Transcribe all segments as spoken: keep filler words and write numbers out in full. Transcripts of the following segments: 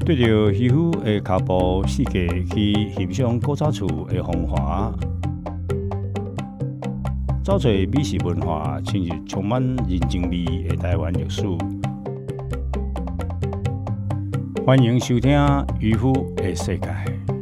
对着渔夫的脚步世界去欣赏古早厝的风华，找找美食文化，深入充满人情味的台湾历史。欢迎收听《渔夫的世界》。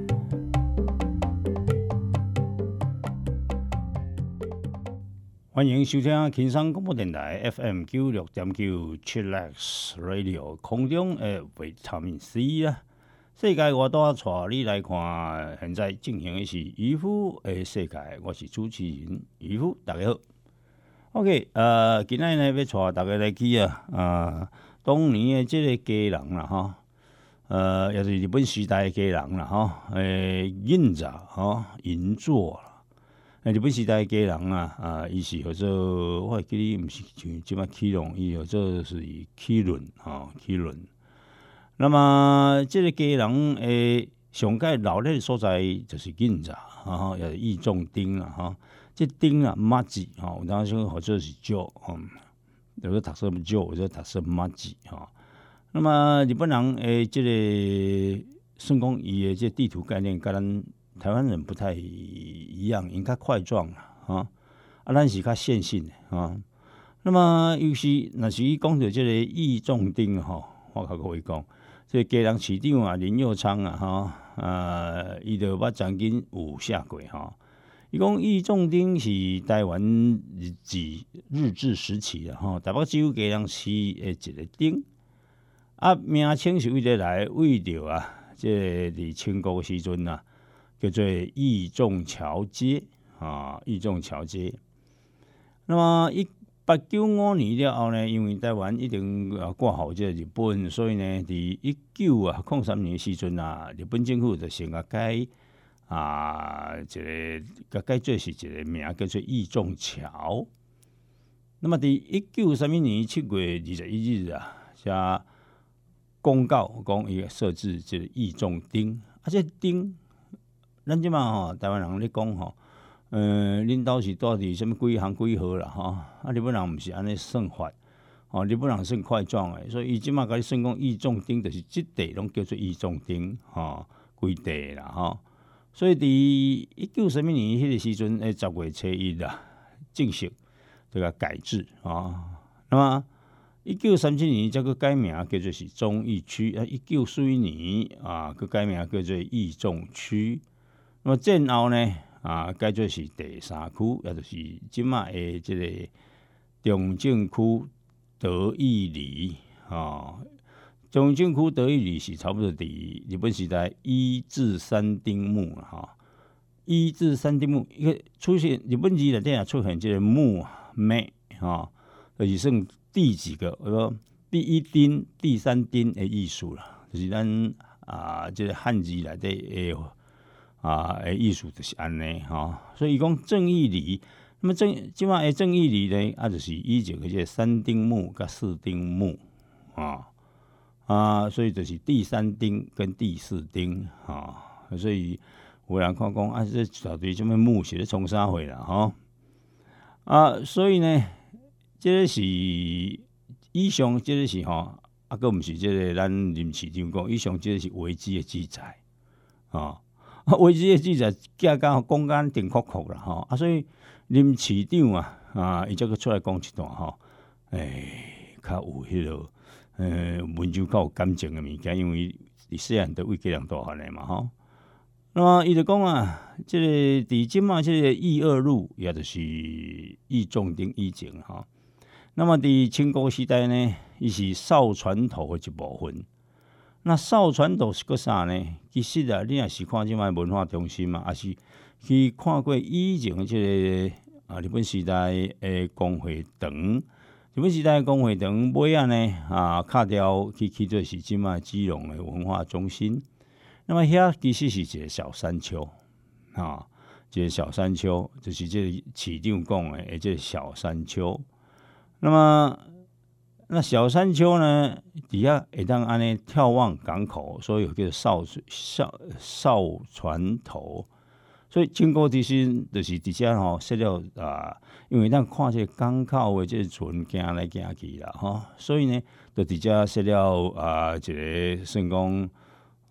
欢迎收听轻松广播电台 F M 九六点九 Chillax Radio 空中的维他命 C 啊！世界我带带你来看，现在进行的是渔夫的世界，我是主持人渔夫，大家好。OK， 呃，今日呢要带大家来去啊，啊，当年的这个家人啦，哈，呃，也是日本时代的家人啦，哈，诶，印扎哈银座啦。日本时代的家人啊，啊，伊是叫做，我记得毋是像即摆起龙，伊叫做是起轮吼，起轮。那么，即、这个家人诶，上界老练的所在就是印扎，哈，也是义重町啦，哈。这町啊，马吉吼，有当时或者是酒，吼，有时读说酒，有时读说马吉吼。那么日本人诶，即、这个算讲伊的这地图概念，甲咱台湾人不太一样，因较块状啦，哈啊，咱是较线性的啊。那么，尤其若是伊讲到这个义重町吼，我甲各位讲，这个家人市长啊林佑昌啊，哈啊，伊就捌曾经有写过吼。伊讲义重町是台湾日治日治时期的吼，台北州家人市的一个町啊，名称是为了来为着啊，这伫清国时阵啊。叫做义重桥街啊，义重桥街。那么一八九五年了后呢，因为台湾已经啊挂号这日本，所以呢，伫一九啊零三年时阵啊，日本政府就先甲改啊，一个甲改做是一个名叫做义重桥。那么伫一九三一年七月二十一日啊，下公告讲伊设置这个义重町，啊这町。咱即马吼，台湾人咧讲吼，呃，恁兜是到底什么几行几号啦吼？啊，日本人毋是安尼算法，吼，日本人算块状诶，所以伊即马甲你算讲义重町，就是即地拢叫做义重町，吼，规地啦吼。所以伫一九三一年迄个时阵，诶，十月初一啦，正式这个改制啊。那么一九三七年，则个改名叫做是忠义区啊。一九四一年啊，个改名叫做义重区。那么战后呢，啊，改做是第三区，也就是即马的这个中正区德义里啊。中正区德义里是差不多伫日本时代一至三丁目哈，一至三丁目一个出现日本字内底也出现这个目咩哈，就是算第几个？我说第一丁、第三丁的意思啦，就是咱啊这个汉字内底诶。啊，诶，意思就是安尼吼，所以讲正义里，那么正即马诶正义里呢，啊，就是以前个这三丁目甲四丁目啊啊，所以就是第三丁跟第四丁啊，所以有人看讲啊，这到底什么目是咧从啥回啦吼啊，所以呢，这个是以上这个是吼，啊，个毋是这个咱林市长讲，以上这个是维基的记载啊。啊，维基的记载价讲讲干定确确啦吼，啊，所以林市长啊啊，伊则个出来讲一段吼，诶，较有迄落呃文章较有感情的物件，因为伊细汉都为家人大汉的嘛吼。那么伊就讲啊，即、这个伫即马即个义二路，也就是义重町以前吼。那么伫清国时代呢，伊是哨船头的一部分。那哨船头是个啥呢？其实啊，你若是看即摆文化中心嘛，也是去看过以前的即、这个啊日本时代的公会堂。日本时代的公会堂尾啊呢啊，卡掉去去做是即摆基隆的文化中心。那么遐其实是一个小山丘啊，一个小山丘，就是即个市长讲的即个小山丘。那么那小山丘呢，底下会当安尼眺望港口，所以有叫哨哨哨船头。所以清国之时就是伫遮吼设了啊，因为咱看这个港口的这船行来行去啦吼，所以呢，就伫遮设了啊一个算讲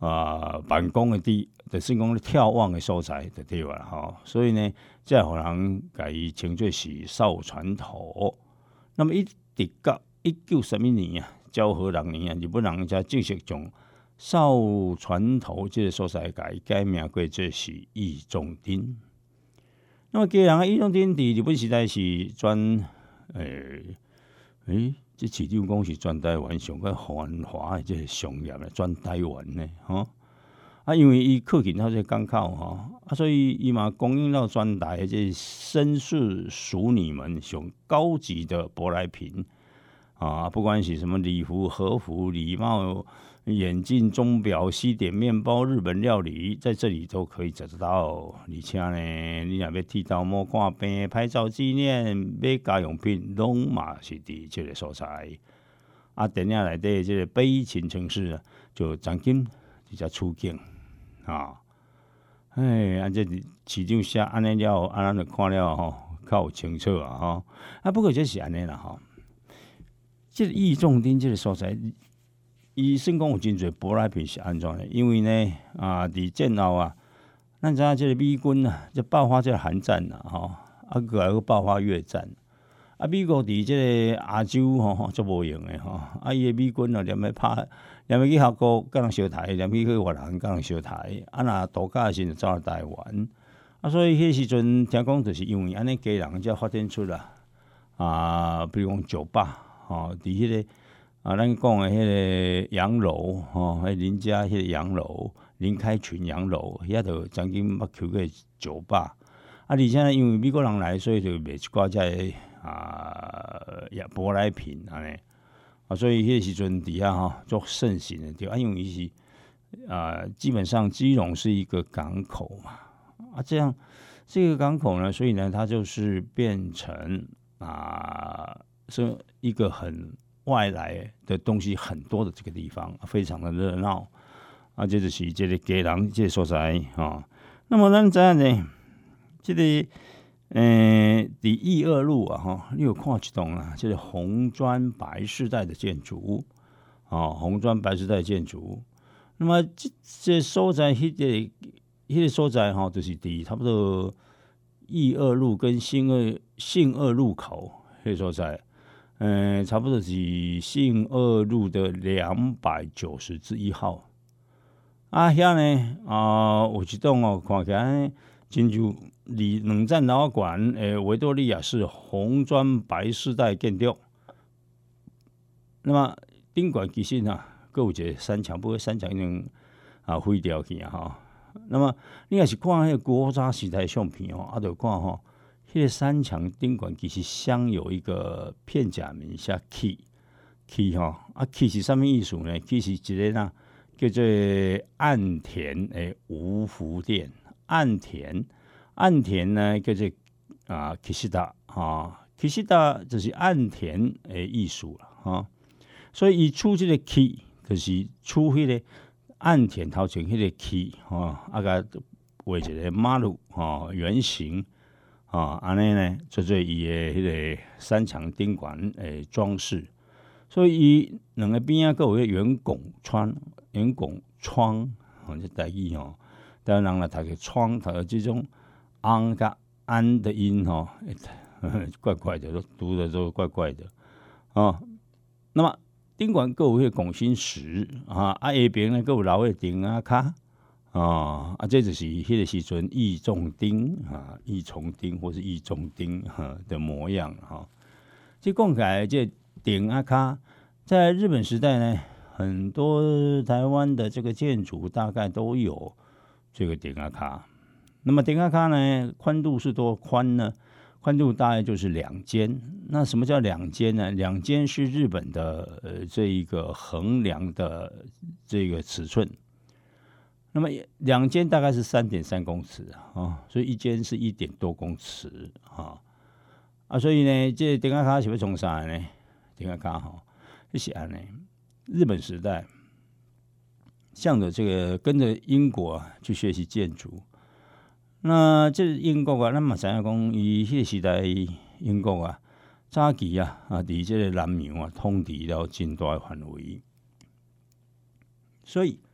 啊办公的地，就是讲眺望的所在就对了吼。所以呢，才互人甲伊称作是哨船头。那么一直到一九三一年啊，昭和六年啊，日本人才正式将哨船头这个所在甲伊改名过做是义重町。那么，既然义重町伫日本时代是全诶诶，这市长讲是全台湾上个繁华的这个商业咧，全台湾呢，吼啊，因为伊靠近到这港口吼啊，所以伊嘛供应到全台的这绅士淑女们上高级的舶来品啊，不管是什么礼服、和服、礼帽、眼镜、钟表、西点、面包、日本料理，在这里都可以找得到。而且呢，你若要剃头、摸看病、拍照纪念、买家用品，拢嘛是伫这个所在。啊，电影内底这个悲情城市啊，就曾经直接出境啊。哎，啊，这市长写安尼了，啊，咱就看了吼，较有清楚啊吼。啊，不过这是安尼啦吼。这个义重町这个所在，伊算讲有真侪舶来品是安怎的？因为呢，啊，伫战后啊，咱知影这个美军啊，就爆发这个韩战啦，吼，啊，过来又爆发越战，啊，美国伫这个亚洲吼，足无用的吼，啊，伊个美军啊，连要拍，连要去学校甲人相台，连去去越南甲人相台，啊，若度假的时阵走到台湾，啊，所以迄时阵听讲，就是因为安尼，家人才发展出啦，啊，比如讲酒吧。哦，伫迄、那个啊，咱讲的迄个洋楼，吼、哦，迄林家迄个洋楼，林开群洋楼，遐就曾经捌去过酒吧。啊，而且呢，因为美国人来，所以就卖一寡只啊，舶来品安尼。啊，所以迄个时阵底下哈做盛行的对啊，因为是啊，基本上基隆是一个港口嘛，啊，这样这个港口呢，所以呢，它就是变成啊。是一个很外来的东西很多的这个地方，非常的热闹啊！这就是这个家人这个所在啊。那么咱知影呢，这个呃，伫义二路啊哈，你有看一栋啊，这个红砖白世代的建筑物啊，红砖白世代建筑物。那么这这所在，迄、那个迄、那个所在哈，就是伫差不多义二路跟信二信二路口迄个所在。嗯，差不多是信二路的两百九十之一号。啊，遐呢啊，有一栋哦，看起来真就离两站楼馆诶，维多利亚式红砖白世代建筑。那么顶馆其实啊，各有一个山墙，不过山墙已经啊毁掉去啊哈。那么你若是看迄个国早时代相片哦，啊，就看吼。迄个山墙顶管其实镶有一个片假名写 key key 吼啊 key 是啥物意思呢 ？key 是一个呐叫做岸田诶吴福店，岸田岸田呢叫做啊 Kishida 哈 Kishida 就是岸田诶意思啦哈，所以伊出这个 key 就是出迄个岸田头前迄个 key 哈，啊个画一个马路哈圆形。啊，安尼呢，做做伊的迄个山墙顶管诶装饰，所以伊两个边啊，各有个圆拱窗，圆拱窗，哦，这台语吼，当然人来读个窗，读个这种昂甲安的音吼，怪怪的，读的都怪怪的哦。那么顶管各有个拱心石啊，啊下边呢各有老的顶啊卡。哦，啊，这就是迄个时阵义重町啊，义重町或是义重町哈的模样哈。这讲起来，这顶啊卡，在日本时代呢，很多台湾的这个建筑大概都有这个顶啊卡。那么顶啊卡呢，宽度是多宽呢？宽度大概就是两间。那什么叫两间呢？两间是日本的呃这一个衡量的这个尺寸。那么两间大概是三点三公尺啊，所以一间是一点多公尺啊啊，所以呢，这顶啊卡是要从啥呢？顶啊卡哈，就是安呢。日本时代，向着这个跟着英国、啊、去学习建筑。那这英国啊，咱嘛知影讲，伊迄个时代英国啊，早期啊啊，伫这个南洋啊，统治了真大的范围，所以。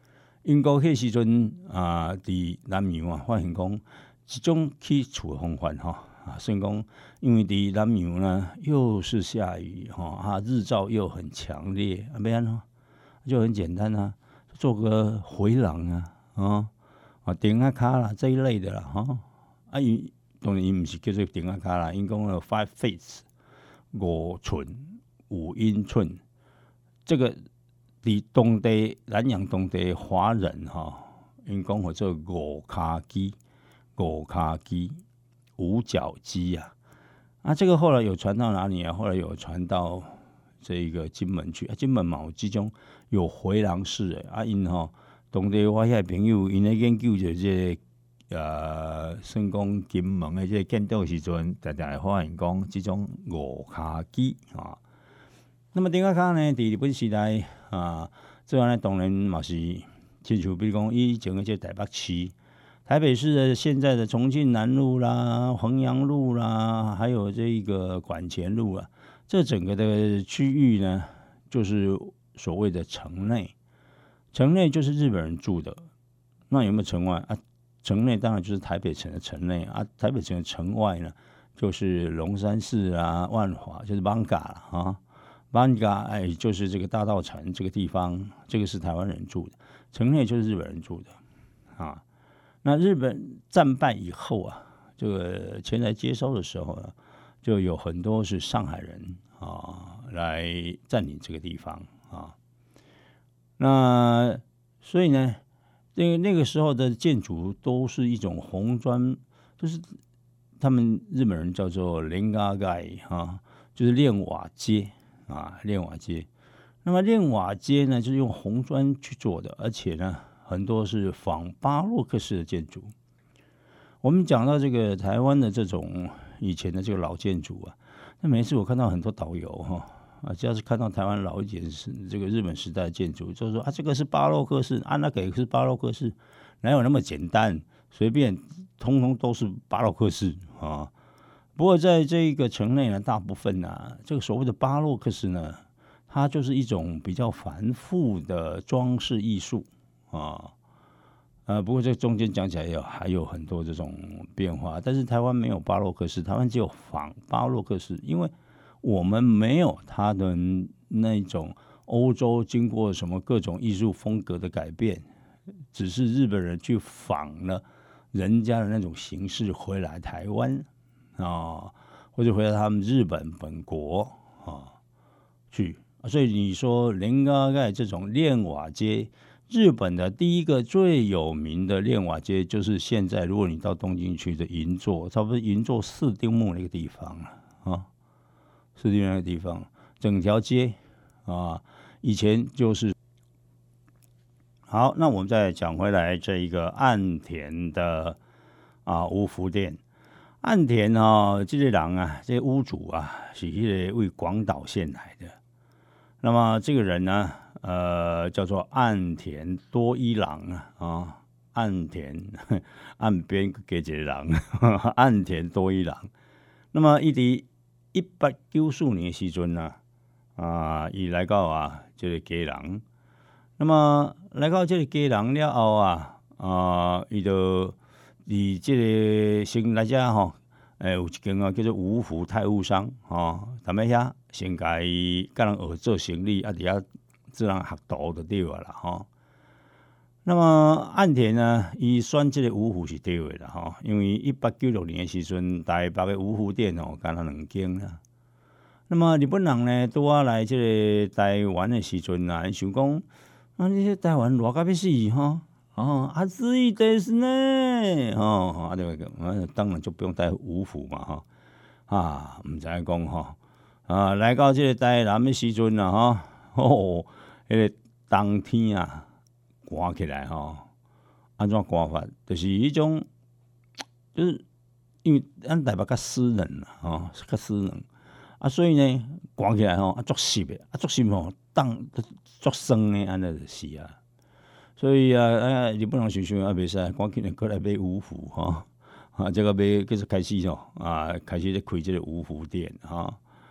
英国迄时阵啊，伫南洋啊，发现讲一种去处的方法吼啊，所以讲因为伫南洋呢又是下雨吼啊，日照又很强烈，啊，要安怎就很简单啊，做个回廊啊，啊啊顶啊卡啦这一类的啦，哈啊伊当然伊毋是叫做顶啊卡啦，因讲了 five feet 五寸五英寸，这个伫当地南洋当地华人哈，因讲叫做五卡基五卡基五角鸡啊，啊这个后来有传到哪里啊？后来有传到这一个金门去啊，金门嘛有这种有回廊式的啊，因吼当地我遐朋友因咧研究着这个、呃，算讲金门的这个建筑时阵，常常会发现讲这种五卡基啊。那么顶下卡呢，伫日本时代啊，这样呢当然嘛是，亲像比如讲以前的这台北市。台北市的现在的重庆南路啦、衡阳路啦，还有这个管前路啊，这整个的区域呢，就是所谓的城内。城内就是日本人住的，那有没有城外啊？城内当然就是台北城的城内啊，台北城的城外呢，就是龙山寺啊、万华，就是艋舺了啊。艋舺哎，就是这个大稻埕这个地方，这个是台湾人住的，城内就是日本人住的啊。那日本战败以后啊，这个前来接收的时候呢，就有很多是上海人啊来占领这个地方啊。那所以呢，那个那个时候的建筑都是一种红砖，就是他们日本人叫做レンガ街啊，就是炼瓦街啊，炼瓦街。那么炼瓦街呢，就是用红砖去做的，而且呢。很多是仿巴洛克式的建筑。我们讲到这个台湾的这种以前的这个老建筑啊，那每次我看到很多导游哈啊，只要是看到台湾老一点是这个日本时代的建筑，就说啊这个是巴洛克式，啊那个也是巴洛克式，哪有那么简单？随便通通都是巴洛克式啊。不过在这个城内呢，大部分啊，这个所谓的巴洛克式呢，它就是一种比较繁复的装饰艺术。啊，呃，不过这中间讲起来有还有很多这种变化，但是台湾没有巴洛克式，台湾只有仿巴洛克式，因为我们没有它的那种欧洲经过什么各种艺术风格的改变，只是日本人去仿了人家的那种形式回来台湾啊，或者回到他们日本本国啊去，所以你说连嘎盖这种炼瓦街。日本的第一个最有名的炼瓦街，就是现在如果你到东京去的银座，差不多银座四丁目那个地方啊，四丁目那个地方，整条街啊，以前就是好。那我们再讲回来这一个岸田的啊屋福店，岸田啊，这个人啊，这个屋主啊，是迄个为广岛县来的。那么这个人呢？呃，叫做岸田多一郎啊，岸田岸边给一个人，岸田多一郎。那么，伊伫一八九四年的时阵呢，啊，伊来到啊这个家人。那么来到这个家人了后啊，啊，伊就伫这个先来遮吼，诶，有一间啊叫做五福泰务商吼，他们遐先甲伊甲人学做生意，啊，伫遐。自然学徒就对了啦吼。那么岸田呢，伊选这个五福是对的啦吼，因为一八九六年的时阵，台北的五福店哦，干了两间啦。那么日本人呢，拄啊来这个台湾的时阵啊，想讲啊，这台湾热到要死吼，哦，啊，暑いですね，吼，啊，这个啊，当然就不用带五福嘛吼，啊，唔知讲吼，啊，来到这个台南的时阵啊吼。哦，迄、那个冬天啊，寒起来吼，安怎寒法？就是迄种，就是因为咱台北较湿冷啦，吼，较湿冷啊，所以呢，寒起来吼，啊，足湿的，啊，足湿吼，冻足酸的，安尼就是啊。所以啊，啊，日本人想想啊，袂使，赶紧过来买五福吼，啊，这个买，就是开始吼，啊，开始咧开这个五福店吼。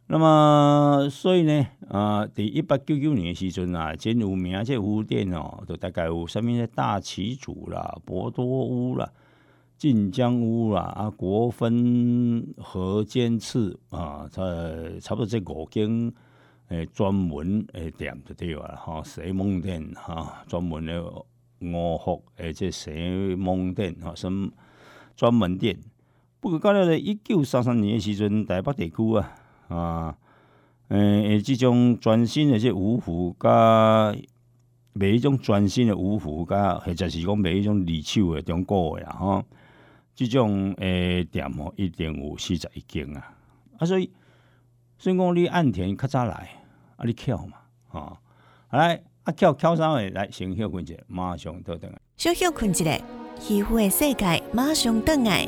那么所以呢，啊，伫一八九九年的时阵啊，真有名这五湖店哦，就大概有啥物咧大旗主啦、博多屋啦、晋江屋啦、啊国分河间次啊，差差不多这五间诶专门诶店就对了哈，西蒙店哈，专门的五福诶这西蒙店哈，什专门店。不过到了咧一九三三年的时阵，台北地区啊。啊，诶，即种全新的即五福，甲卖迄种全新的五福，甲或者是讲卖迄种二手的中古的吼，即种诶店吼一定有四十一间啊。啊，所以所以讲你岸田较早来，啊你巧嘛，吼，来啊巧巧啥个来先休困者，马上倒转来。 小休困一下，渔夫的世界马上倒来。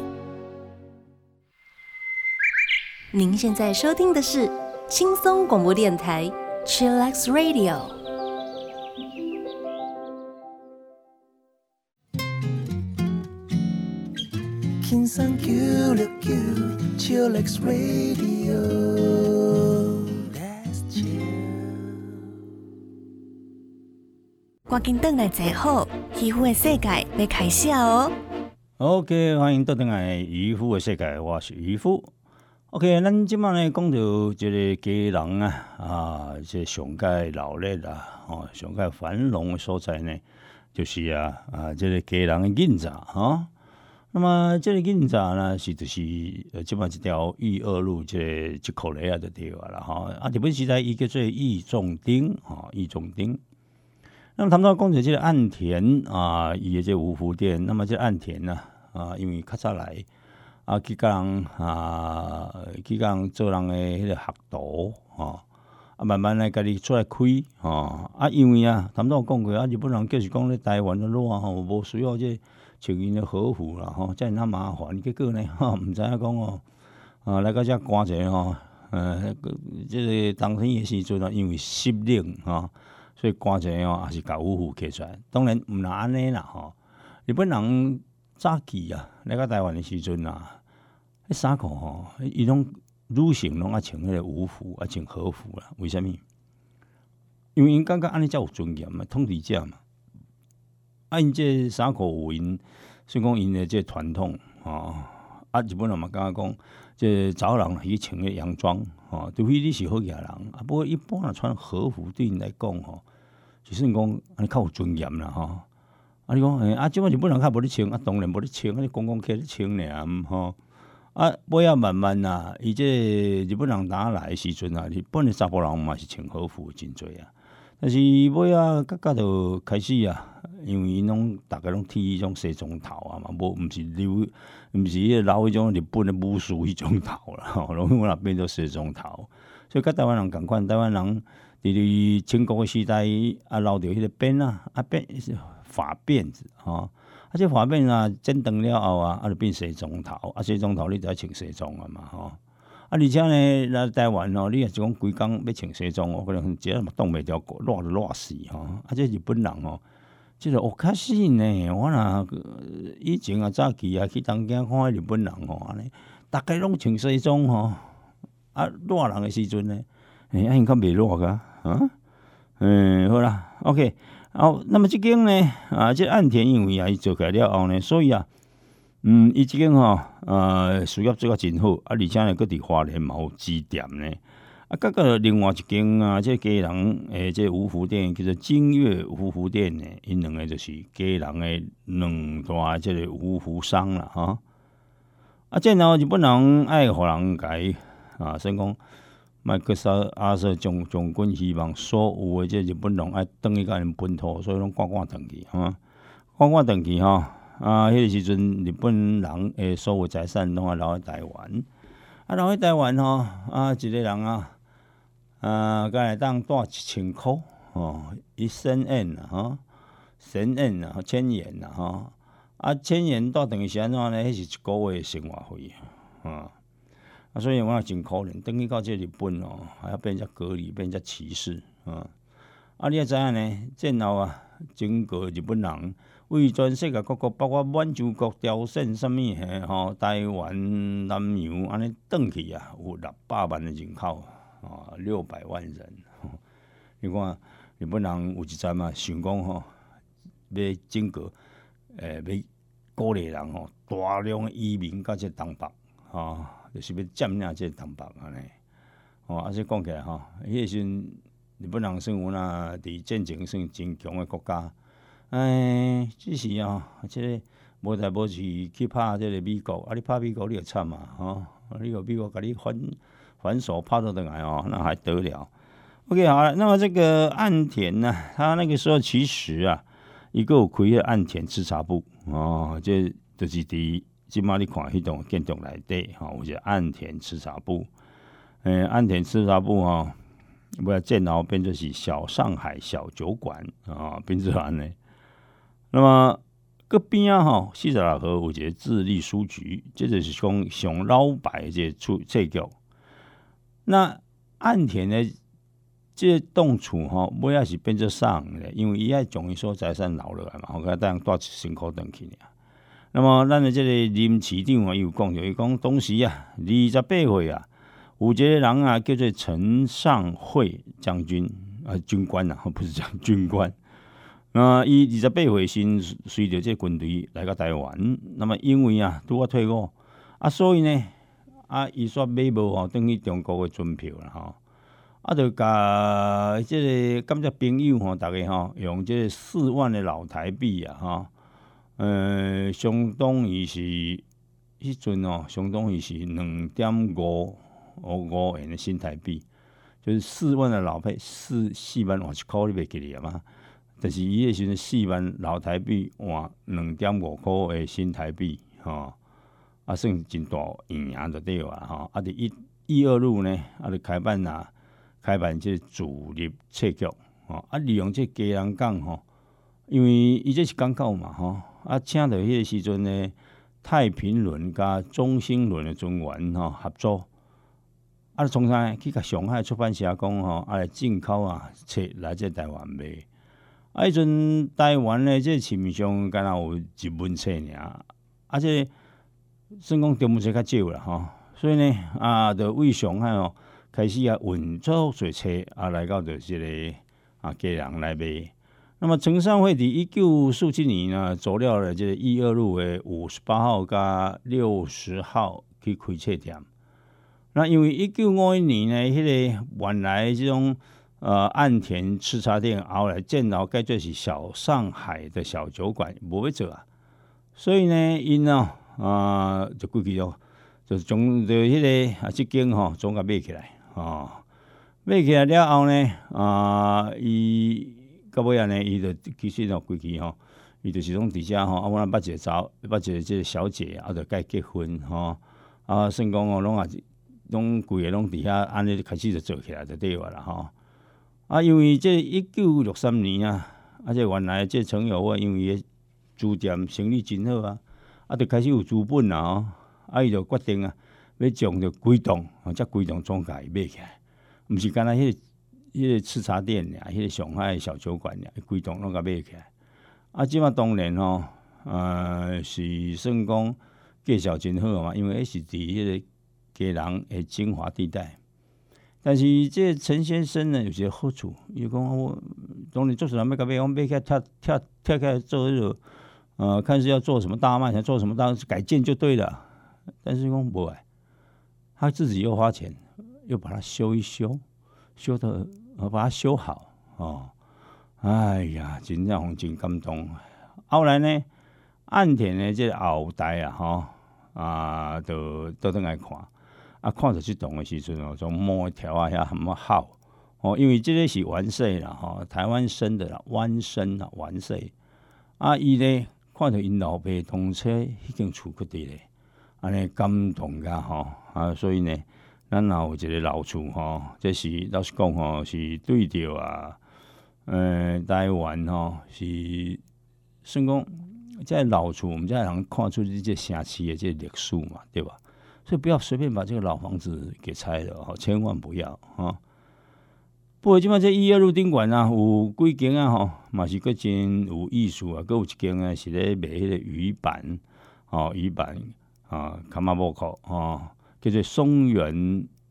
您现在收听的是轻松广播电台 Chillax Radio。轻松九六九 Chillax Radio。That's chill。赶紧转来坐好，渔夫的世界要开始哦。 OK， 欢迎倒转来渔夫的世界，我是渔夫。OK， 咱即摆呢讲到即个家人啊，啊，即上界闹热啊，哦，上界繁荣的所在呢，就是啊啊，即个家人的印闸哈。那么即个印闸呢，是就是呃，即摆一条义二路即个即口雷啊，就对啊啦哈。啊，日本时代伊叫做义重町哈，义重町。那么谈到讲到即个岸田啊，伊的即五福店，那么即岸田呢啊，因为较早来。啊，去甲人啊，去甲人做人诶迄个学徒吼，啊，慢慢来家己出来开吼，啊，因为啊，谈到有讲过啊，日本人就是讲咧台湾的热吼，无需要这穿因的和服啦吼，遮尔那麻烦，结果呢吼，毋知影讲哦，啊，来到遮寒者吼，呃，即个冬天诶时阵啊，因为湿冷吼，所以寒者哦，也是甲五服摕出来，当然毋能安尼啦吼，日本人早期啊，来到台湾诶时阵啊。迄衫裤吼，伊拢女性拢爱穿迄个武服，爱穿和服啦。为虾米？因为因感觉安尼才有尊严嘛，统治者嘛。啊，因这衫裤有因，所以讲因的这传统吼。啊，日本人嘛感觉讲，这查某人去穿个洋装吼，除非你是好野人。啊，不过一般啊穿和服对因来讲吼，就是讲安尼较有尊严啦吼。啊，你讲诶，啊，即摆日本人较无咧穿，啊，当然无咧穿，啊，你公共客咧穿尔吼。啊，尾仔慢慢啊，伊这日本人打来的时阵啊，日本的查甫人嘛是穿和服真多啊。但是尾仔甲甲就开始啊，因为因拢逐个拢剃迄种西装头啊嘛，无毋是留，毋是迄个老迄种日本的武士迄种头啦，吼，拢我那变做西装头。所以甲台湾人共款，台湾人伫伫清国的时代啊，留着迄个辫啊，啊辫是发辫子吼。啊，这发辫啊，剪长了后啊，啊就变西装头，啊西装头你就要穿西装啊嘛吼。啊，而且呢，来台湾哦，你若是讲规工要穿西装，我可能一下嘛冻袂掉，热就热死吼。啊，这日本人哦，即个哦较死呢，我若以前啊早期啊去东京看日本人吼，安尼，逐个拢穿西装吼。啊，热人的时阵呢，诶、欸，啊因较袂热个啊。嗯，好啦 ，OK。好，那么即间呢，啊，即岸田因为啊，伊做起来了后呢，所以啊，嗯，伊即间吼，呃，事业做甲真好，啊，而且呢，佫伫花莲嘛有支店呢，啊，佮个另外一间啊，即家人诶，即五福店叫做金月五福店呢，因两个就是家人诶两大即个五福商啦，吼。啊，即然后日本人爱互人改啊，所以讲。麦克萨阿瑟将将军希望所有的这日本人爱转去甲因本土，所以拢赶赶转去，哈，赶赶转去哈。啊，迄个时阵日本人诶所有财产拢爱留喺台湾，啊留喺台湾吼，啊一个人啊，啊，甲来当带一千箍，吼，一千円啦，吼，千円啦，千元啦，吼，啊千元带等于是安怎呢？迄是一个月生活费，啊。啊，所以我也真可怜，等去到这日本哦，还要被人家隔离，被人家歧视啊！啊，你也知影呢？战后啊，整个日本人为全世界各国，包括满洲国、朝鲜、什么嘿吼，台湾、南洋安尼转去啊，有六百万的人口啊，六百万人。你看日本人有一阵嘛，想讲吼，要整个诶，要鼓励人吼，大量移民到这东北，吼，就是要占领这东北安尼。哦，啊，说讲起来吼，迄个时阵日本人算有呐，伫战前算真强的国家。哎，只是哦，即、這个无代无志去拍即个美国，啊，你拍美国你就惨啊，吼，你有美国甲你反反手拍到倒来哦，那还得了 ？OK， 好了，那么这个岸田呢，他那个时候其实啊，伊个有开个岸田吃茶部哦，这就是伫即马你看迄栋建筑内底吼，有一个岸田吃茶部。诶、欸，岸田吃茶部吼，不要建后变就是小上海小酒馆啊，变做安尼。那么个边啊吼，四十六号有一个智利书局，这就是讲上老牌这处册局。那岸田的这栋厝吼，尾仔是变做送的，因为伊爱将伊所财产留落来嘛，我甲当带辛苦回去尔。那么咱的这个林市长啊，伊有讲着，伊讲当时啊，二十八岁啊。有一个人啊，叫做陈尚惠将军啊，军官啊，不是讲军官。那伊二十八岁先随着这军队来到台湾，那么因为啊，拄啊退伍啊，所以呢，啊，伊煞买无吼，等于中国的军票啦吼，啊，就甲这个感谢朋友吼，大家吼用这个四万的老台币啊，吼，呃，相当于是迄阵哦，相当于是两点五。五元的新台币，就是四万的老配，四四万换一块，你袂记哩啊嘛？但是伊迄时阵四万老台币换两点五块的新台币，吼，啊算真大赢赢就对啊，吼，啊伫一一二路呢，啊就开办啊，开办这主力册局，吼，啊利用这鸡人港吼，因为伊这是港口嘛，吼，啊请到迄个时阵呢，太平轮甲中兴轮的船员吼合作。啊，从啥去甲上海出版社讲吼，啊来进口啊册来这台湾卖。啊，迄阵台湾咧，这市面上敢若有一本册尔，啊，这算讲中文册较少啦吼。所以呢，啊，就为上海哦开始啊运作侪册啊来到着这个啊家人来卖。那么陈尚惠伫一九四七年呢，走了了这个一二路的五十八号甲六十号去开册店。那因为一九五一年呢，迄、那个原来这种呃岸田吃茶店后来建牢改做是小上海的小酒馆，无要做啊，所以呢，因哦啊、呃、就过去咯，就是将就迄个啊即间吼总甲买起来哦，买起来了后呢，啊伊到尾啊呢，伊就其实哦过去吼，伊就是讲伫遮吼，啊我捌一个查，捌一个即个小姐啊，就甲伊结婚吼，啊算讲哦，拢也。拢规个拢伫遐，安尼开始就做起来就对话啦吼。啊，因为这一九六三年啊，啊这原来这陈友啊，因为伊书店生意真好啊，啊就开始有资本啦吼，啊伊就决定啊，要将着规栋，啊则规栋总甲伊买起来，毋是干那迄个迄个吃茶店俩，迄个上海小酒馆俩，规栋拢甲买起来。啊，即马当然吼，呃是算讲介绍真好嘛，因为迄是伫迄个。家人的精华地带，但是这陈先生呢有些好处，伊讲我当然做什么要甲买，我买起来跳跳跳起来做迄个，呃，看是要做什么大卖，想做什么大改建就对了。但是讲不爱，他自己又花钱，又把它修一修，修的呃把它修好哦。哎呀，真正让真感动。后来呢，岸田的这后代啊，吼啊，都都倒来看。啊，看着即栋的时阵哦，种摸条啊遐什么好哦，因为即个是完税啦吼，台湾生的啦，湾生啦，完税。啊，伊咧看着因老爸同车已经厝骨伫咧，安尼感动噶吼啊，所以呢，咱若有一个老厝吼，这是老实讲吼，是对着啊，呃，台湾吼是算讲，这老厝，我们才能看出这城市的这历史嘛，对吧？所以不要随便把这个老房子给拆了哈，千万不要哈。不过即摆这一二路顶馆啊，有几间啊吼，嘛是佫真有意思啊，佫有一间啊是咧卖迄个鱼板，哦鱼板啊，卡马布口哦，叫做松原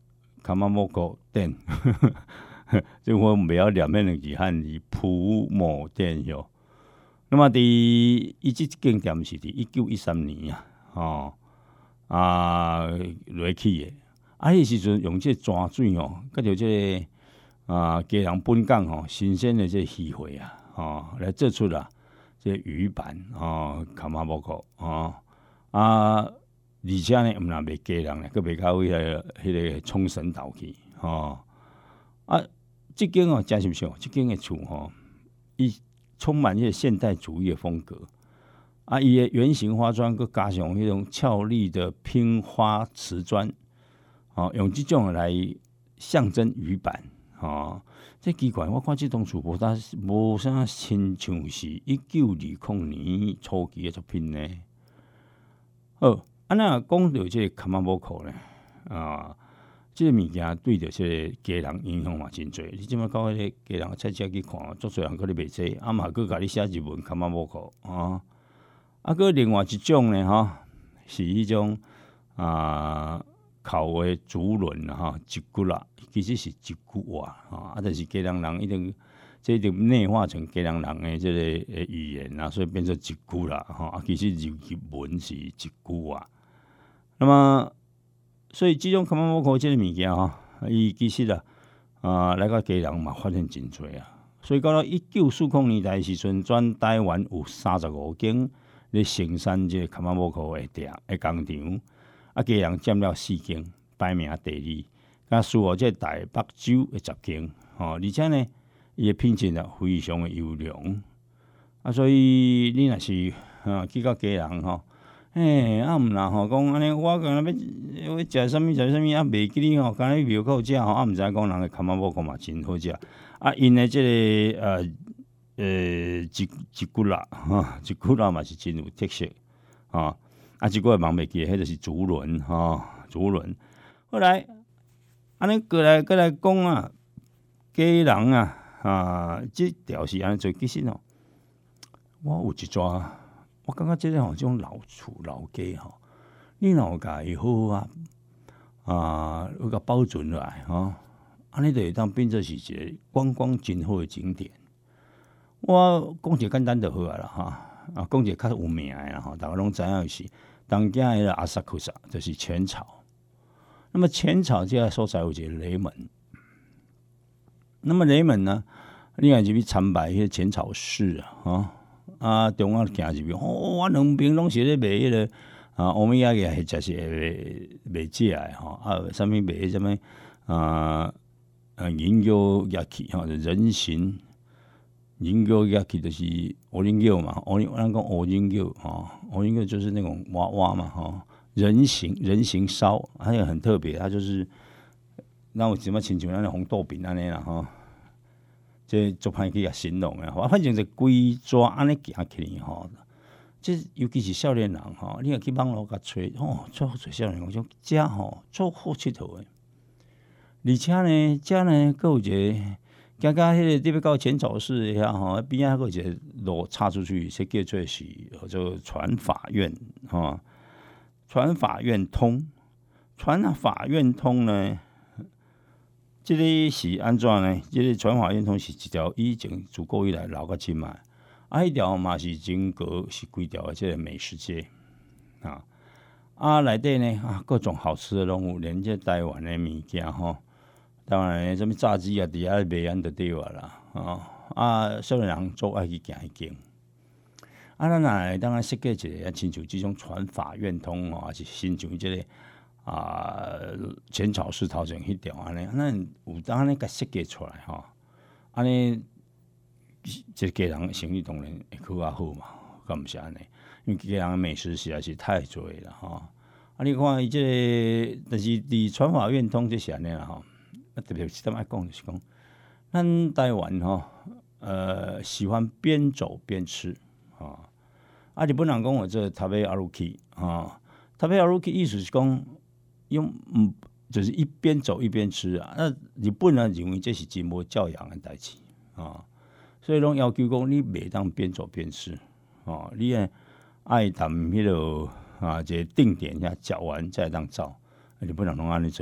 卡马莫狗店，即我袂晓念迄两字汉字普某店哟。那么伫伊即间店是伫一九一三年啊，吼啊落起诶。啊，迄时阵用即个泉水哦，甲着即个啊家人本港吼新鲜诶即个鱼货啊，吼来做出啦即个鱼板哦，卡马莫狗哦啊，而且呢，毋若卖家人咧，佫卖到迄个迄个冲绳岛去吼啊。即间哦，真是不即间诶厝吼，伊充满迄个现代主义的风格啊！伊的圆形花砖，佮加上迄种俏丽的拼花瓷砖，哦，用即种来象征鱼板，哦，这奇怪，我看即栋厝无啥无啥亲像是一九二零年初期的作品呢。好，啊那讲到即个卡马莫口呢，啊。即个物件对着即个家人影响嘛真侪，你即摆到迄个家人菜市去看，足侪人搁咧卖这，啊嘛搁甲你写日文卡马莫口啊，啊搁另外一种呢吼，是迄种啊烤的竹轮哈，一骨啦，其实是一骨话啊，啊，但是家人人一定这一定内化成家人人的即个语言啊，所以变成一骨啦吼，啊，其实日文是一骨话，那么。所以即种卡马莫口即个物件吼，伊其实啊，啊，来到家人嘛发现真侪啊。所以到了一九四零年代时阵，全台湾有三十五间咧生产即个卡马莫口的店的工厂，啊，家人占了四间，排名第二。甲输互即台北州的十间，吼，而且呢，伊的品质啊非常的优良。啊，所以你若是啊去到家人吼。嘿，啊，毋啦吼，讲安尼，我讲要要食啥物食啥物，啊，袂记哩吼，敢若庙口食吼，啊，毋知讲人诶卡马莫口嘛真好食，啊，因诶即个呃呃一一骨啦，吼，一骨啦嘛是真有特色，吼，啊，一个会忘袂记，迄就是竹轮，吼，竹轮。后来，安尼过来过来讲啊，家人啊，啊，即条是安尼做，其实哦，我有一抓。我感觉即个吼，即种老厝老家吼，你若甲伊好啊，啊，有甲保存落来吼，安尼就会当变做是一个观光真好的景点。我讲一个简单就好啊啦，哈，啊，讲一个较有名的啦，吼，大家拢知影是东京的阿萨库萨，就是浅草。那么浅草这个所在有一个雷门，那么雷门呢，你若入去参拜迄个浅草寺啊，哈。啊，中央行入去，哦，我两边拢是咧卖迄个啊，欧米亚嘅，或者是卖卖食诶吼，啊，啥物卖啥物啊啊，人形乐器吼，人形人形乐器就是乌人形嘛，乌人咱讲乌人形吼，乌人形就是那种娃娃嘛吼，人形人形烧，它也很特别，它就是咱有什么亲像咱红豆饼安尼啦吼。这足歹去甲形容诶，反正就规抓安尼行起来吼。这尤其是少年人吼，你若去网络甲找，吼，足好侪少年人讲，遮吼足好佚佗诶。而且呢，遮呢，佫有一个，行到迄个你要到浅草寺遐吼，边仔佫有一个路插出去，这叫做是叫做传法院吼，传法院通，传法院通呢。即个是安怎呢？即、这个传法院通是一条以前自古以来留到今嘛，啊，迄条嘛是真格是几条的即个美食街啊，啊内底呢啊各种好吃的拢有，连这台湾的物件吼，台湾的什么炸鸡啊，伫遐卖安就对啊啦，啊啊少年人做爱去行一间，啊咱若当然设计一个亲像即种传法院通哦，还是亲像即个。啊，浅草寺头前迄条安尼，咱有当安尼甲设计出来吼，安尼即家人生意当然会较较好嘛，敢毋是安尼？因为家人美食实在是太多了吼。啊，你看伊即个，但是伫传法院通即是安尼啦吼。啊，特别是咱爱讲就是讲，咱台湾吼，呃，喜欢边走边吃啊。啊，日本人讲我这食尾阿鲁去啊，食尾阿鲁去意思是讲。用嗯，就是一边走一边吃啊。那日本人认为这是真无教养的代志啊，所以拢要求讲你袂当边走边吃啊，你爱爱谈迄落啊，一个定点遐食完再当走。日本人拢安尼做诶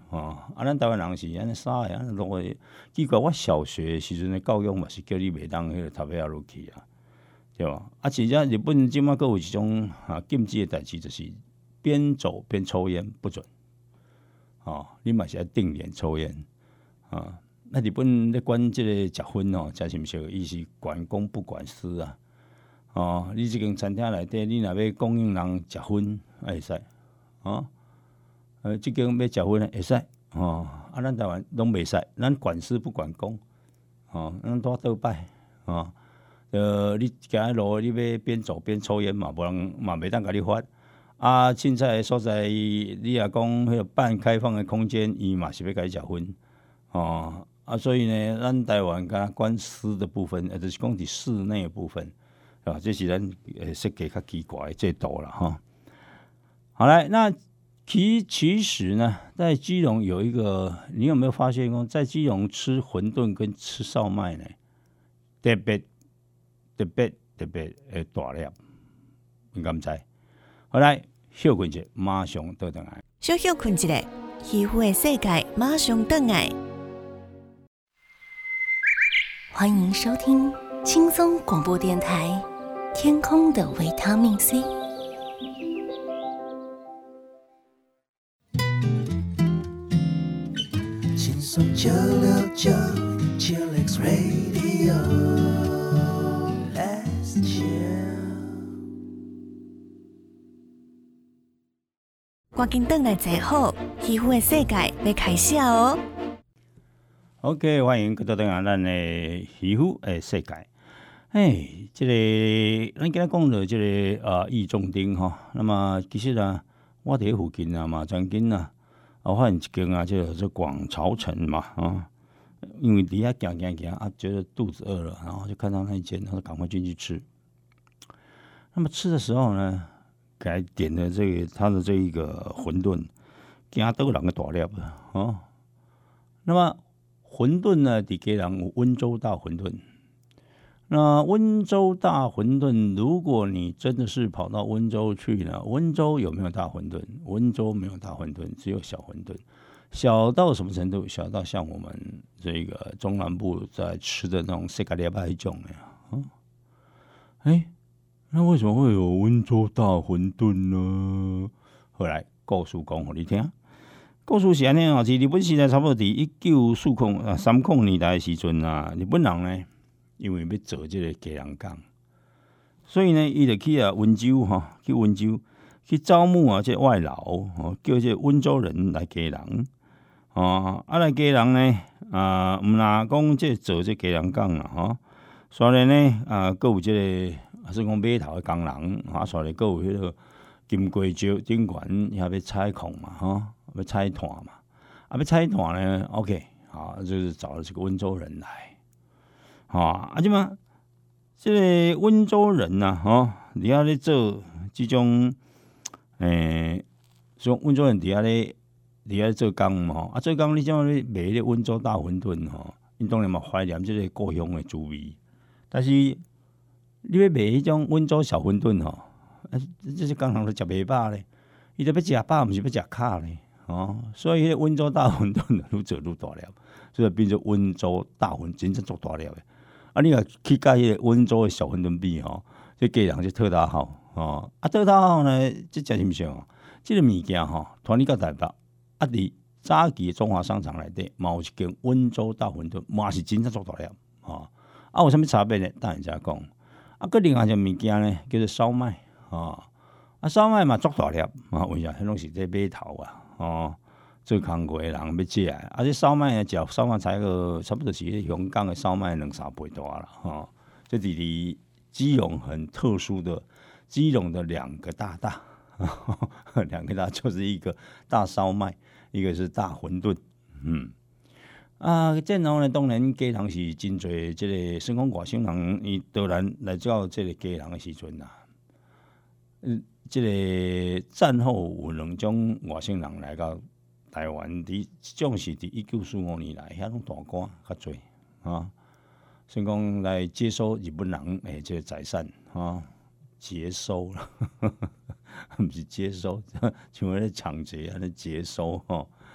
哦，啊，咱台湾人是安尼啥个，安尼落去。奇怪，我小学时阵的教育嘛是叫你袂当迄个读遐落去啊，对吧？啊，而且日本即马佫有一种啊禁止的代志，就是边走边抽烟不准。哦，你嘛是要定点抽烟啊。那日本咧管即个食薰哦，食是毋是？伊是管公不管私啊。哦，你即间餐厅内底，你若要供应人食薰，啊会使，哦，呃，即间要食薰会使，哦，啊，咱台湾拢袂使，咱管私不管公，哦，咱多倒摆，哦，呃，你行喺路，你要边走边抽烟嘛，无人嘛袂当甲你发。啊，凊彩的所在，你若讲迄个半开放的空间，伊嘛是要甲你食薰，哦，啊，所以呢，咱台湾甲管私的部分，呃，就是讲伫室内的部分。啊，这是咱呃设计较奇怪的制度了哈。好来，那其其实呢，在基隆有一个，你有没有发现说，在基隆吃馄饨跟吃烧麦呢，特别特别特别诶大粒，你敢知？好来，休困者马上倒转来， 小休困一下，渔夫的世界马上倒来。欢迎收听轻松广播电台。天空的维他命 C， 轻松九六九 Chillax Radio Let's chill 赶紧回来坐好，渔夫的世界要开始哦。 OK， 欢迎回到咱的渔夫的世界。哎，这个咱今仔讲到这个啊义重町吼，那么其实啊，我伫附近啊嘛，曾经啊，我发现一间啊，叫做广潮城嘛啊，因为底下行行行啊，觉得肚子饿了，然后就看到那一间，然后赶快进去吃。那么吃的时候呢，给他点的这个他的这一个馄饨，惊倒两个大粒啊，哦。那么馄饨呢，伫基隆有温州大馄饨。那温州大馄饨，如果你真的是跑到温州去呢，温州有没有大馄饨？温州没有大馄饨，只有小馄饨。小到什么程度？小到像我们这个中南部在吃的那种西咖喱巴一种的啊。哎、欸，那为什么会有温州大馄饨呢？后来故事讲给你听。故事是安尼哦，是日本时代差不多伫一九四零啊三零年代的时阵啊，日本人呢。因为要做这个基隆港，所以呢，伊就去啊温州吼，去温州去招募啊，这外劳哦，叫这温州人来基隆哦，啊来基隆呢啊，毋若讲这做这基隆港啦吼，所以呢啊，佫有这个算讲码头的工人啊，所以佫有迄个金龟石顶悬遐要采矿嘛吼，要采炭嘛，啊要采炭呢 ，OK， 好，就是找了这个温州人来。啊，啊，即嘛，即个温州人呐、啊，吼，伫遐咧做即种，诶、欸，像温州人伫遐咧，伫遐做工嘛，啊，做工你怎样咧卖咧温州大馄饨吼？因当然嘛怀念即个故乡的滋味，但是你要卖迄种温州小馄饨吼，啊，这些工人都食袂饱咧，伊都要食饱，毋是要食卡咧，哦，所以迄个温州大馄饨愈做愈大粒，所以变做温州大馄饨，真正足大粒的。啊，你若去甲迄个温州的小馄饨比吼，这基隆就特大号哦。啊，特大号呢，这真是毋是哦？这个物件吼，传你到台北，啊，伫早期的中华商场内底，嘛有一间温州大馄饨，嘛是真正足大粒哦。啊，有啥物差别呢？等下再讲。啊，佮另外一个物件呢，叫做烧麦哦。啊，烧麦嘛足大粒啊，为啥？迄拢是在码头啊，哦。做工课的人要食，啊！这烧麦呢，食烧麦才个差不多是香港的烧麦两三倍大啦，吼！这是离基隆很特殊的，基隆的两个大大，两个大就是一个大烧麦，一个是大馄饨，嗯。啊，这然后呢，当然基隆是真侪这个算讲外省人，伊当然来到这个基隆的时阵啊，嗯，这个战后有两种外省人来到。台湾伫即种是伫一九四五年来，遐种大官较侪啊，所以讲来接收日本人诶即个财产啊，接收啦，毋是接收，像咧抢劫安尼接收吼。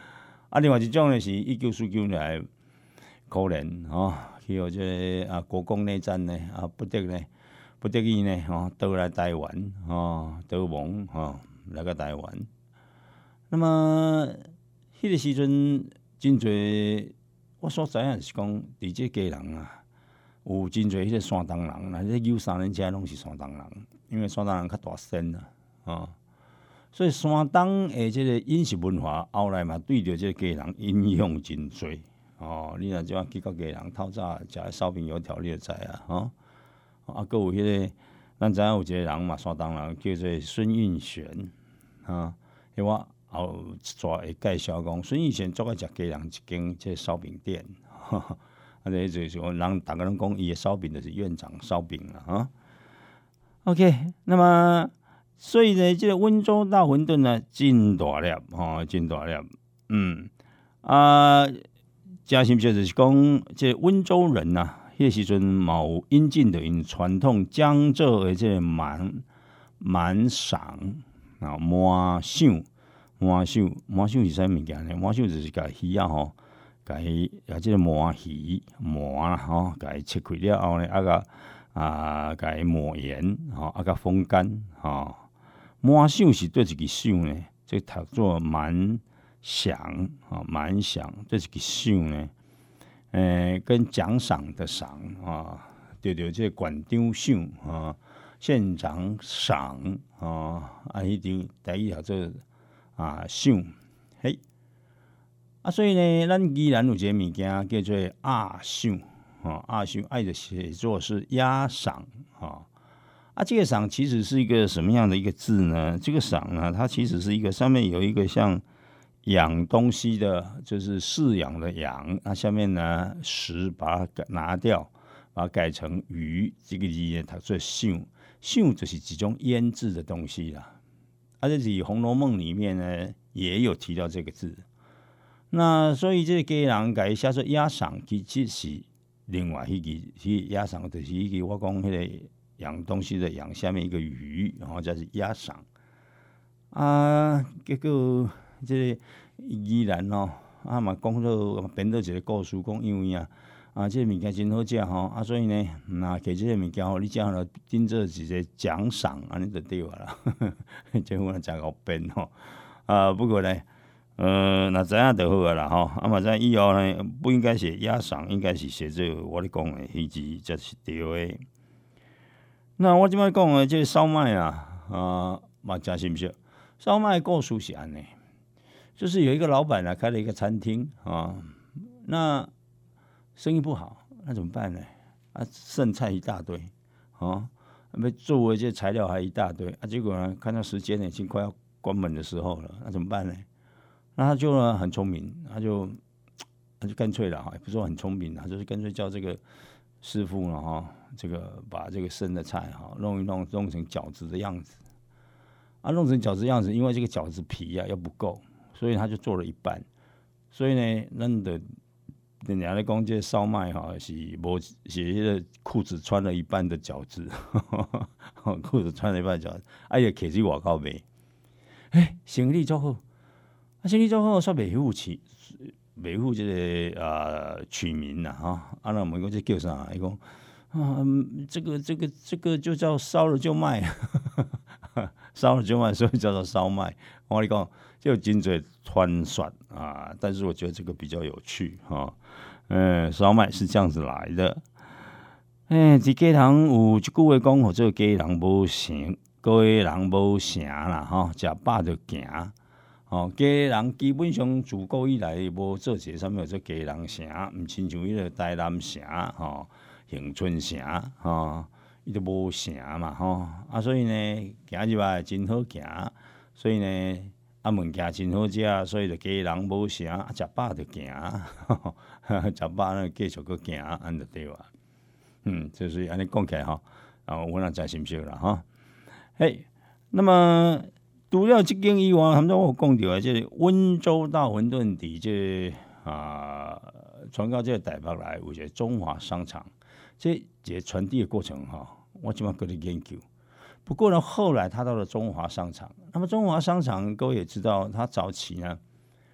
啊，另外一种呢是一九四九年可怜吼，去互这个啊国共内战呢啊不得呢不得已呢吼倒来台湾吼逃亡吼来个台湾。那么迄个时阵真侪我所知影是讲，伫这家人啊，有真侪迄个山东人，那迄有三轮车拢是山东人，因为山东人较大声啊，哦，所以山东的这个饮食文化后来嘛对着这个家人影响真侪哦。你若即摆去到家人透早食烧饼油条，你就知啊，吼、哦。啊，搁有迄、那个，咱知影有一个人嘛，山东人叫做孙运璇啊，迄我。后一撮会介绍讲，孙运璇做爱食家人一间即烧饼店，啊，这就是讲人大家拢讲伊的烧饼就是院长烧饼啦，哈。OK， 那么所以呢，这个温州大馄饨呢，真大粒，吼，真大粒，嗯啊，加深就是讲，这个温州人呐、啊，迄个时阵嘛有引进的因传统江浙的这个满满赏啊，满赏。满手，满手是啥物件呢？满手就是甲鱼啊吼，甲伊啊即个满鱼满啦吼，甲伊切开了后呢，啊个啊甲伊抹盐吼，啊个风干吼。满手是对一个手呢，这读做满赏啊，满赏对一个手呢，诶、呃，跟奖赏的赏啊，对对，这馆长赏啊，县长赏啊，啊，迄张第一条做。啊，赏，嘿，啊，所以呢，咱依然有一个物件叫做鸭赏，啊，鸭赏，爱的写作是鸭赏，啊，啊，这个赏其实是一个什么样的一个字呢？这个赏呢，它其实是一个上面有一个像养东西的，就是饲养的养，那下面呢食把它拿掉，把它改成鱼，这个字呢，它做赏，赏就是一种腌制的东西啦。而且《红楼梦》里面呢也有提到这个字，那所以这个家人改写做鸭赏，其实是另外一个，迄鸭赏就是一个我讲迄个养东西的养下面一个鱼，然后就是鸭赏啊。结果这个依然哦，啊嘛讲到编到一个故事，讲因为啊。啊，这个物件真好食吼，啊，所以呢，那摕这个物件吼，你食了顶做一个奖赏，安尼就对啊啦。这我真好编吼，啊，不过呢，呃，那知影就好啊啦吼，啊嘛知以后呢，不应该写鸭赏，应该是写做我咧讲的迄字才是对的。那我即摆讲的这个烧麦啊，啊，嘛真深刻。烧麦故事是安尼，就是有一个老板啊，开了一个餐厅啊，那。生意不好，那怎么办呢？啊，剩菜一大堆，哦，要做的这材料还一大堆啊。结果呢，看到时间呢，已经快要关门的时候了，那怎么办呢？那他就呢很聪明，他就他就干脆了哈，也不是说很聪明，他就是干脆叫这个师傅了哈，这个把这个生的菜哈弄一弄，弄成饺子的样子。啊，弄成饺子样子，因为这个饺子皮啊要不够，所以他就做了一半。所以呢，咱的。人家咧讲，这烧麦哈是无是迄个裤子穿了一半的饺子，裤子穿了一半的饺子，啊伊摕去外口卖，诶、欸，生意做好，啊生意做好，煞袂付起，袂付这个呃取名啦哈，啊那问讲这叫啥？伊讲啊，这个这个这个就叫烧了就卖，烧了就卖，所以叫做烧麦。我跟你讲。就真侪传说啊，但是我觉得这个比较有趣哈。嗯，烧麦是这样子来的。诶、欸，伫家人有一句话讲，或者家人无成，家人无成啦哈，食饱就行。哦，家人基本上自古以来无做一个啥物叫做家人城，毋亲像迄个台南城吼、恒春城吼，伊都无城嘛吼。啊，所以呢，行入来真好行，所以呢。啊，物件真好食，所以就家人无成，啊，食饱就行，食饱呢继续搁行，安就对啊。嗯，就是安尼讲起来吼，啊，我若真心笑啦吼。嘿，那么除了即间以外，他们我讲到啊，即个温州大馄饨伫即啊传到即个台北来，有一个中华商场，这一个传递的过程吼，我即摆搁咧研究。不过呢，后来他到了中华商场。那么中华商场，各位也知道，他早期呢，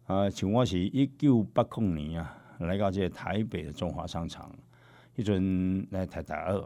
啊，像我是一九八零年啊，来到这个台北的中华商场，迄阵来读大二。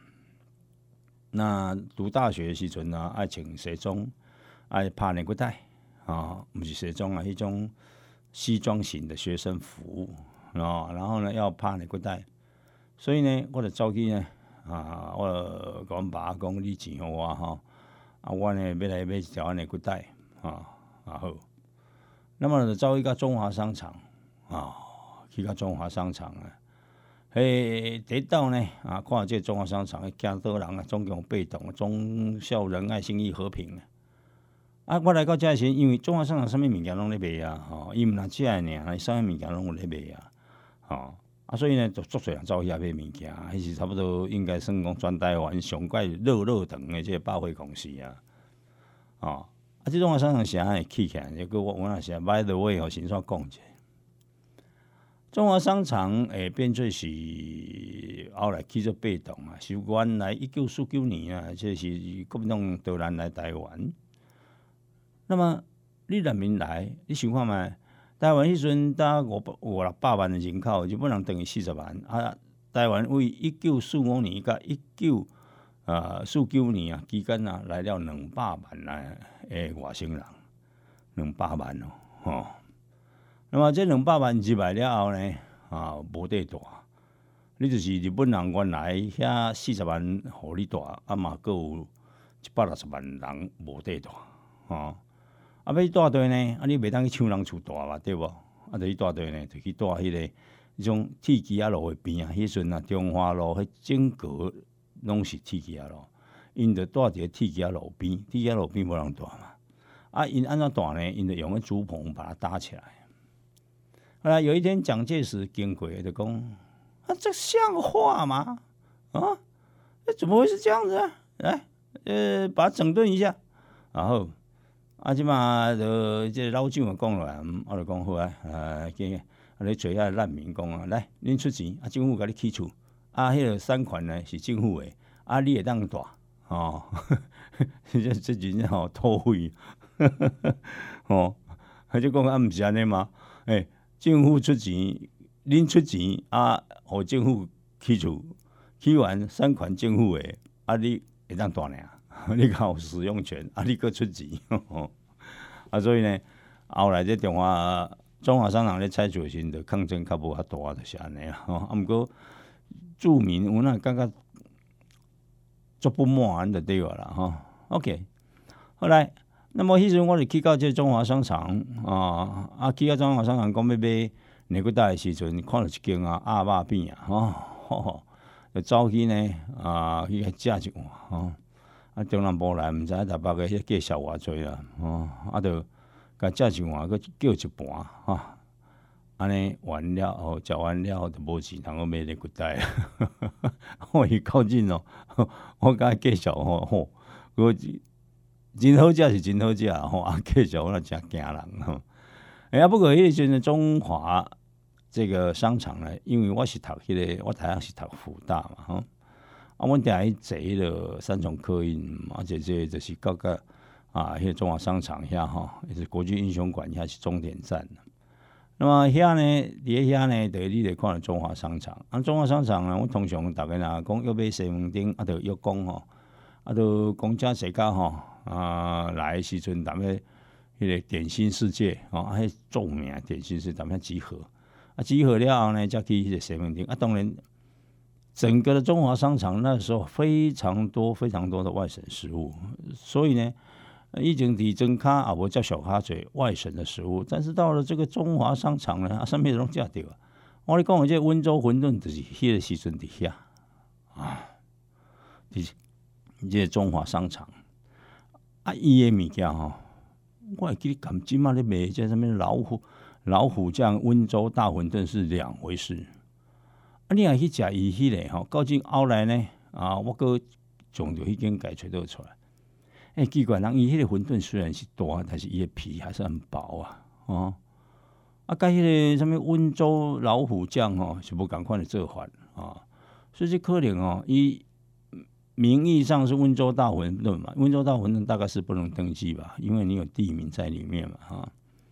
那读大学的时阵呢，爱穿西装，爱拍内骨带啊，不是西装啊，迄种西装型的学生服啊，然后呢要拍内骨带，所以呢，我就走去呢啊，我就甲阮爸讲，你钱互我吼，啊，我呢要来买一条内骨带啊，啊好。那么就走去到中华商场啊，去到中华商场啊，嘿，第一道呢啊，看到这中华商场，惊倒人啊，总共八栋，忠孝仁爱信义和平啊。我来到这时，因为中华商场啥物物件拢咧卖啊，吼，伊毋若遮个尔，啥物物件拢有咧卖啊，吼啊，所以呢，就足侪人走去遐买物件，迄是差不多应该算讲全台湾上怪热热长的这个百货公司啊，哦。啊，这种商场是安尼起起来，结果我我那时 by the way 吼，先煞讲者，中华商场诶变做是后来起做八栋啊，是原来一九四九年啊，这是国民党导南来台湾。那么你人民来，你想看觅？台湾迄阵大五五六百万的人口，日本人等于四十万啊。台湾为一九四五年到一九啊四九年啊期间啊，来了两百万来。诶，外省人两百万哦，吼。那么这两百万入来了后呢，啊，无地大。你就是日本人原来遐四十万互你大，啊嘛，阁有一百六十万人无地大，吼。啊，要住地呢，啊，你袂当去抢人厝住嘛，对无？啊，就去住地呢，就去住迄个迄种铁枝仔路的边啊。迄阵啊，中华路迄整个拢是铁枝仔路。因就住伫铁枝仔路边，铁枝仔路边无人住嘛。啊，因安怎住呢？因就用个竹棚把它搭起来。后来有一天，蒋介石经过，就讲：“啊，这像话吗？啊，这怎么会是这样子啊？来，呃，把它整顿一下。”然后，啊，即嘛就这老蒋就讲落来，我就讲好啊，啊，今啊，你找遐难民讲啊，来，恁出钱，啊，政府甲你起厝，啊，迄个产权呢是政府的，啊，你会当住。哦，这这人吼土匪，哦，他就讲啊，毋是安尼嘛？诶、欸，政府出钱，恁出钱啊，互政府起厝，起完产权政府的，啊，你会当住尔，你较有使用权，啊，你搁出钱，哦，啊，所以呢，后来这中华中华商场咧采取时，就抗争较无较大，就是安尼啦。吼，啊，毋过住民有那感觉。足不满就对了啦，吼 OK， 后来，那么迄阵我就去到这中华商场啊，啊去到中华商场讲要买内骨带的时阵，看到一间啊鸭肉片啊，吼、哦，就走去呢啊去遐食一碗，吼、哦，啊中南部来毋知台北个迄介绍偌济啦，吼，啊就甲食一碗，佮叫一盘，吼、哦。安尼完了后，食完了后就无钱通我买内骨带，我伊靠近哦，我甲伊介绍吼吼，我真好食是真好食吼，啊介绍我那真惊人吼。哎呀，不过迄个阵中华这个商场呢，因为我是读迄、那个，我台下是读辅大嘛吼，啊，阮定去坐迄个三重客运，而且这就是到个啊，迄、那个中华商场遐吼，也是国际英雄馆遐是终点站。那么遐呢，伫遐呢，就你得看到中华商场。啊，中华商场呢，我通常逐个人讲要买西门町，啊，就要讲吼，啊，就讲遮世界吼，啊，来的时阵，咱们迄个点心世界，吼、啊，迄著名点心是咱们集合，啊，集合了后呢，再去迄个西门町。啊，当然，整个的中华商场那时候非常多、非常多的外省食物，所以呢。以前伫庄卡也无接受较侪外省的食物，但是到了这个中华商场呢，啊，啥物拢食着啊！我咧讲的这温州馄饨就是迄个时阵伫遐啊，伫这个中华商场啊，伊的物件吼，我会记得咁即马咧卖这什么老虎老虎酱温州大馄饨是两回事。啊，你若去食伊迄个吼，到今后来呢啊，我搁从着迄间改找倒出来。哎、欸，奇怪，人伊迄个馄饨虽然是大，但是伊的皮还是很薄啊，哦，啊，甲迄个什么温州老虎酱吼是无共款的做法啊，所以这可能哦，伊名义上是温州大馄饨嘛，温州大馄饨大概是不能登记吧，因为你有地名在里面嘛，哈、啊。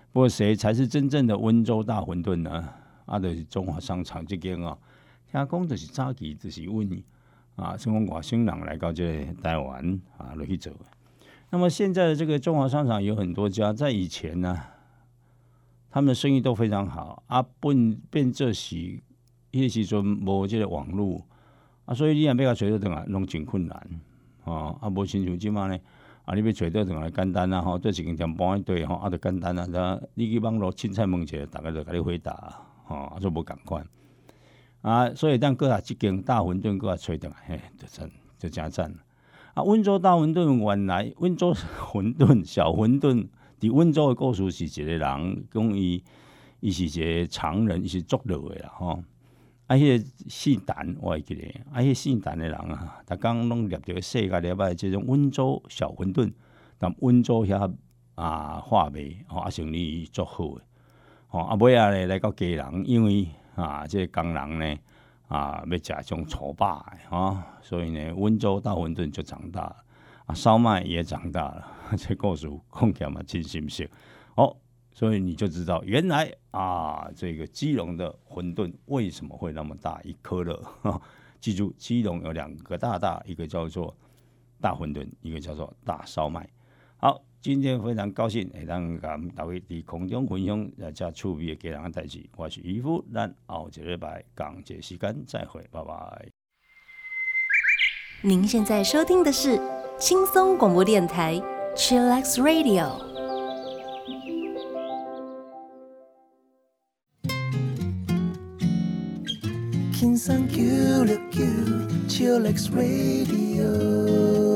不过谁才是真正的温州大馄饨呢？啊，就是中华商场这间哦，听讲就是早期就是阮啊，像讲外省人来到这个台湾啊，落去做。那么现在的这个中华商场有很多家，在以前呢、啊，他们的生意都非常好啊，变变这时，迄个时阵无这个网络啊，所以你若要甲找到倒来，拢真困难哦。啊，无亲像即马呢，啊，你要找到倒来简单啊，吼，做一间店搬一堆吼，啊，就简单啊，你去网络凊彩问者，大家就甲你回答，吼，啊，所以无共款啊，所以咱搁下即间大馄饨搁下找倒来，嘿，就真就真赞。啊，温州大馄饨原来温州馄饨小馄饨，伫温州的故事是一个人讲伊，伊是一个常人，伊是作乐的啦吼。啊，迄、那个姓陈我会记得，啊，迄、那个姓陈的人啊，逐工拢念着世界礼拜即种温州小馄饨，但温州遐啊话卖吼，啊生意足好诶，吼啊尾仔咧来到家人，因为啊即、这个工人呢。啊，要食种粗饱的吼，所以呢，温州大馄饨就长大了，啊，烧麦也长大了。这故事讲起来嘛，真心实哦，所以你就知道原来啊，这个基隆的馄饨为什么会那么大一颗了？记住，基隆有两个大大，一个叫做大馄饨，一个叫做大烧麦。好，今天非常高兴，会当甲大家伫空中分享呃遮趣味的家人的代志。我是渔夫，咱后一个礼拜同一个时间再会，拜拜。 您现在收听的是轻松广播电台 Chillax Radio。 轻松九六九 Chillax Radio。